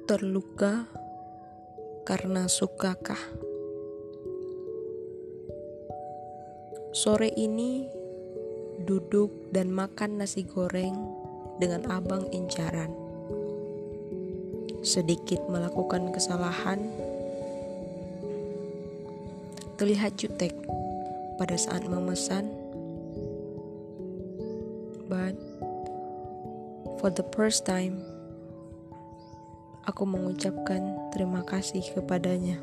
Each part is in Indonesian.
terluka karena sukakah? Sore ini duduk dan makan nasi goreng dengan abang incaran. Sedikit melakukan kesalahan, terlihat jutek pada saat memesan, but for the first time aku mengucapkan terima kasih kepadanya,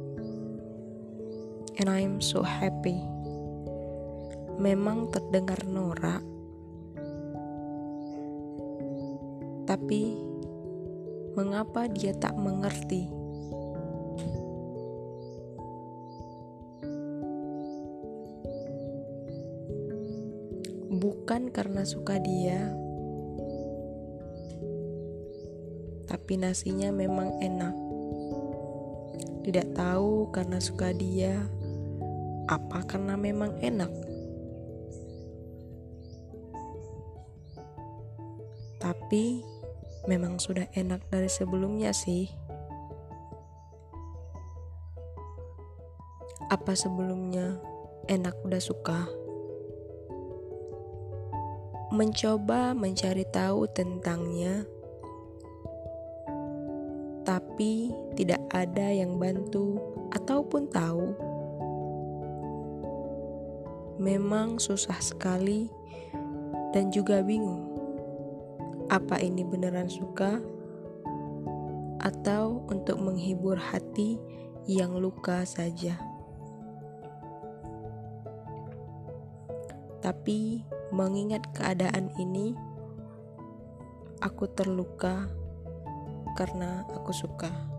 and I am so happy. Memang terdengar norak, tapi mengapa dia tak mengerti? Bukan karena suka dia, tapi nasinya memang enak. Tidak tahu karena suka dia, apa karena memang enak. Tapi memang sudah enak dari sebelumnya sih. Apa sebelumnya enak udah suka? Mencoba mencari tahu tentangnya, tapi tidak ada yang bantu ataupun tahu. Memang susah sekali dan juga bingung. Apa ini beneran suka atau untuk menghibur hati yang luka saja? Tapi mengingat keadaan ini, aku terluka karena aku suka.